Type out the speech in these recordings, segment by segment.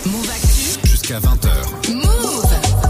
Move Actu jusqu'à 20h. Move.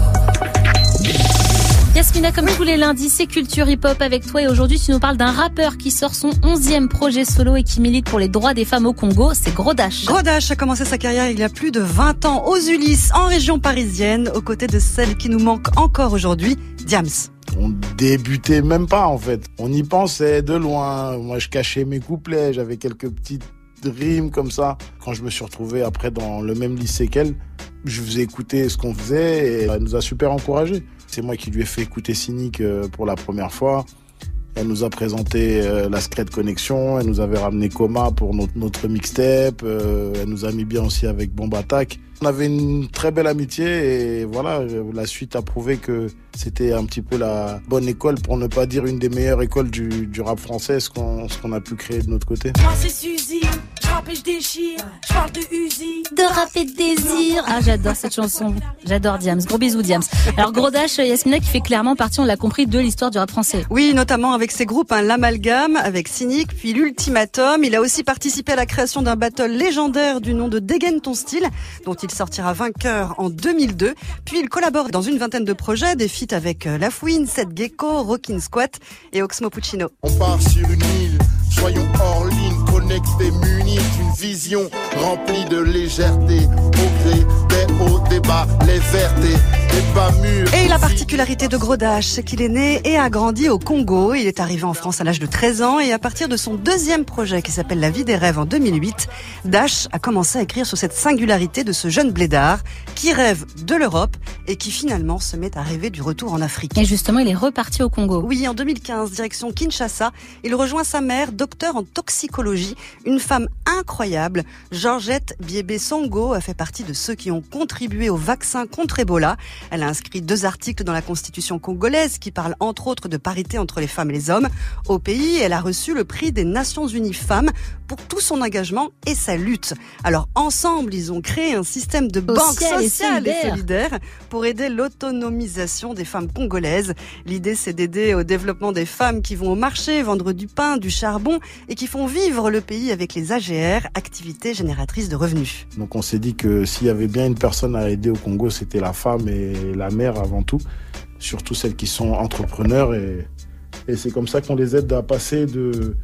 Yasmina, comme tous les lundis, c'est Culture Hip Hop avec toi et aujourd'hui tu nous parles d'un rappeur qui sort son 11e projet solo et qui milite pour les droits des femmes au Congo, c'est Gros Dash. Gros Dash a commencé sa carrière il y a plus de 20 ans aux Ulysses, en région parisienne, aux côtés de celle qui nous manque encore aujourd'hui, Diams. On débutait même pas en fait, on y pensait de loin, moi je cachais mes couplets, j'avais quelques petites rimes comme ça. Quand je me suis retrouvé après dans le même lycée qu'elle, je faisais écouter ce qu'on faisait et elle nous a super encouragés. C'est moi qui lui ai fait écouter Cynic pour la première fois. Elle nous a présenté la Secret Connection, elle nous avait ramené Coma pour notre mixtape, elle nous a mis bien aussi avec Bomb Attack. On avait une très belle amitié et voilà, la suite a prouvé que c'était un petit peu la bonne école, pour ne pas dire une des meilleures écoles du rap français, ce qu'on a pu créer de notre côté. Moi c'est Suzy, je rappe et je déchire, je parle de Uzi. De rap et de désir. Ah, j'adore cette chanson, j'adore Diams, gros bisous Diams. Alors Gros Dash, Yasmina, qui fait clairement partie, on l'a compris, de l'histoire du rap français. Oui, notamment avec ses groupes, l'Amalgame, avec Cynic, puis l'Ultimatum. Il a aussi participé à la création d'un battle légendaire du nom de Dégaine ton style, dont il sortira vainqueur en 2002. Puis il collabore dans une vingtaine de projets, des feats avec La Fouine, Seth Gecko, Rockin' Squat et Oxmo Puccino. On part sur une île, soyons hors ligne, connectés, munis d'une vision remplie de légèreté, au gré des hauts, des bas, les vertés, des bas mûrs. Et la particularité de Gros Dash, c'est qu'il est né et a grandi au Congo. Il est arrivé en France à l'âge de 13 ans et à partir de son deuxième projet qui s'appelle La vie des rêves en 2008, Dash a commencé à écrire sur cette singularité de ce jeune blédard qui rêve de l'Europe et qui finalement se met à rêver du retour en Afrique. Et justement, il est reparti au Congo. Oui, en 2015, direction Kinshasa, il rejoint sa mère, docteur en toxicologie, une femme incroyable. Georgette Biébé-Songo a fait partie de ceux qui ont contribué au vaccin contre Ebola. Elle a inscrit 2 articles dans la constitution congolaise qui parlent entre autres de parité entre les femmes et les hommes. Au pays, elle a reçu le prix des Nations Unies Femmes pour tout son engagement et sa lutte. Alors ensemble, ils ont créé un système de banque sociale et solidaire pour aider l'autonomisation des femmes congolaises. L'idée, c'est d'aider au développement des femmes qui vont au marché, vendre du pain, du charbon et qui font vivre le pays avec les AGR, activités génératrices de revenus. Donc on s'est dit que s'il y avait bien une personne à aider au Congo, c'était la femme et la mère avant tout, surtout celles qui sont entrepreneurs et c'est comme ça qu'on les aide à passer de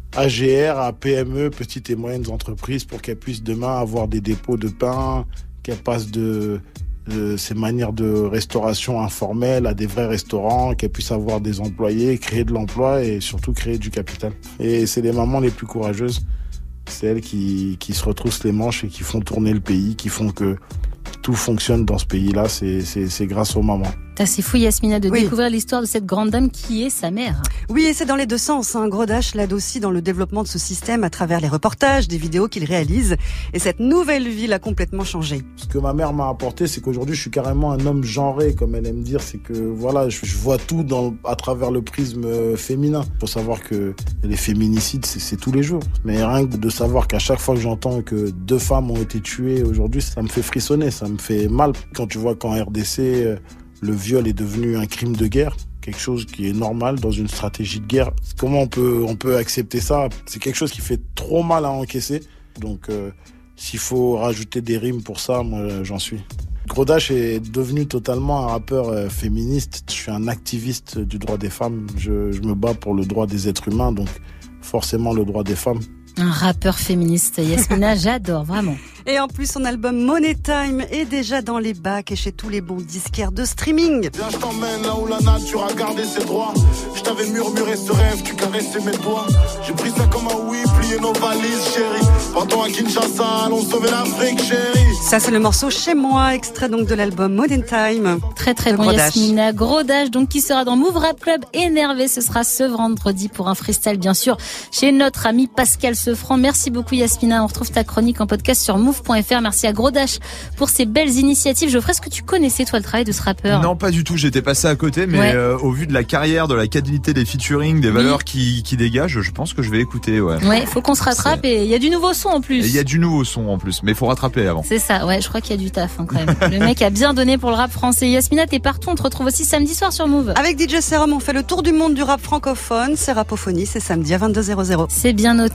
AGR à PME, petites et moyennes entreprises, pour qu'elles puissent demain avoir des dépôts de pain, qu'elles passent de ces manières de restauration informelle à des vrais restaurants, qu'elles puissent avoir des employés, créer de l'emploi et surtout créer du capital. Et c'est les mamans les plus courageuses, c'est elles qui se retroussent les manches et qui font tourner le pays, qui font que tout fonctionne dans ce pays-là, c'est grâce aux mamans. C'est fou Yasmina de découvrir l'histoire de cette grande dame qui est sa mère. Oui, et c'est dans les deux sens. Gros Dash l'aide aussi dans le développement de ce système à travers les reportages, des vidéos qu'il réalise. Et cette nouvelle vie l'a complètement changé. Ce que ma mère m'a apporté, c'est qu'aujourd'hui, je suis carrément un homme genré, comme elle aime dire. C'est que voilà, je vois tout à travers le prisme féminin. Il faut savoir que les féminicides, c'est tous les jours. Mais rien que de savoir qu'à chaque fois que j'entends que 2 femmes ont été tuées aujourd'hui, ça me fait frissonner, ça me fait mal. Quand tu vois qu'en RDC... le viol est devenu un crime de guerre, quelque chose qui est normal dans une stratégie de guerre. Comment on peut accepter ça? C'est quelque chose qui fait trop mal à encaisser. Donc, s'il faut rajouter des rimes pour ça, moi, j'en suis. Gros Dash est devenu totalement un rappeur féministe. Je suis un activiste du droit des femmes. Je me bats pour le droit des êtres humains, donc forcément le droit des femmes. Un rappeur féministe, Yasmina, j'adore, vraiment. Et en plus, son album Money Time est déjà dans les bacs et chez tous les bons disquaires de streaming. Viens, je t'emmène là où la nature a gardé ses droits. Je t'avais murmuré ce rêve, tu caressais mes doigts. J'ai pris ça comme un oui, plié nos valises, chérie. Partons à Kinshasa, allons sauver l'Afrique, chérie. Ça, c'est le morceau Chez moi, extrait donc de l'album Money Time. Très très bon, Yasmina. Gros Dash, donc qui sera dans Move Rap Club Énervé. Ce sera ce vendredi pour un freestyle, bien sûr, chez notre ami Pascal Sefranc. Merci beaucoup, Yasmina. On retrouve ta chronique en podcast sur move.fr. Merci à Gros Dash pour ces belles initiatives. Geoffrey, est-ce que tu connaissais, toi, le travail de ce rappeur? Non, pas du tout. J'étais passé à côté, mais au vu de la carrière, de la qualité des featuring, des valeurs qui dégagent, je pense que je vais écouter. Ouais, faut qu'on se rattrape et il y a du nouveau son en plus. Il y a du nouveau son en plus, mais il faut rattraper avant. C'est ça, ouais, je crois qu'il y a du taf quand même. Le mec a bien donné pour le rap français. Yasmina, t'es partout. On te retrouve aussi samedi soir sur Move. Avec DJ Serum, on fait le tour du monde du rap francophone. C'est Rapophonie, c'est samedi à 22h00. C'est bien noté.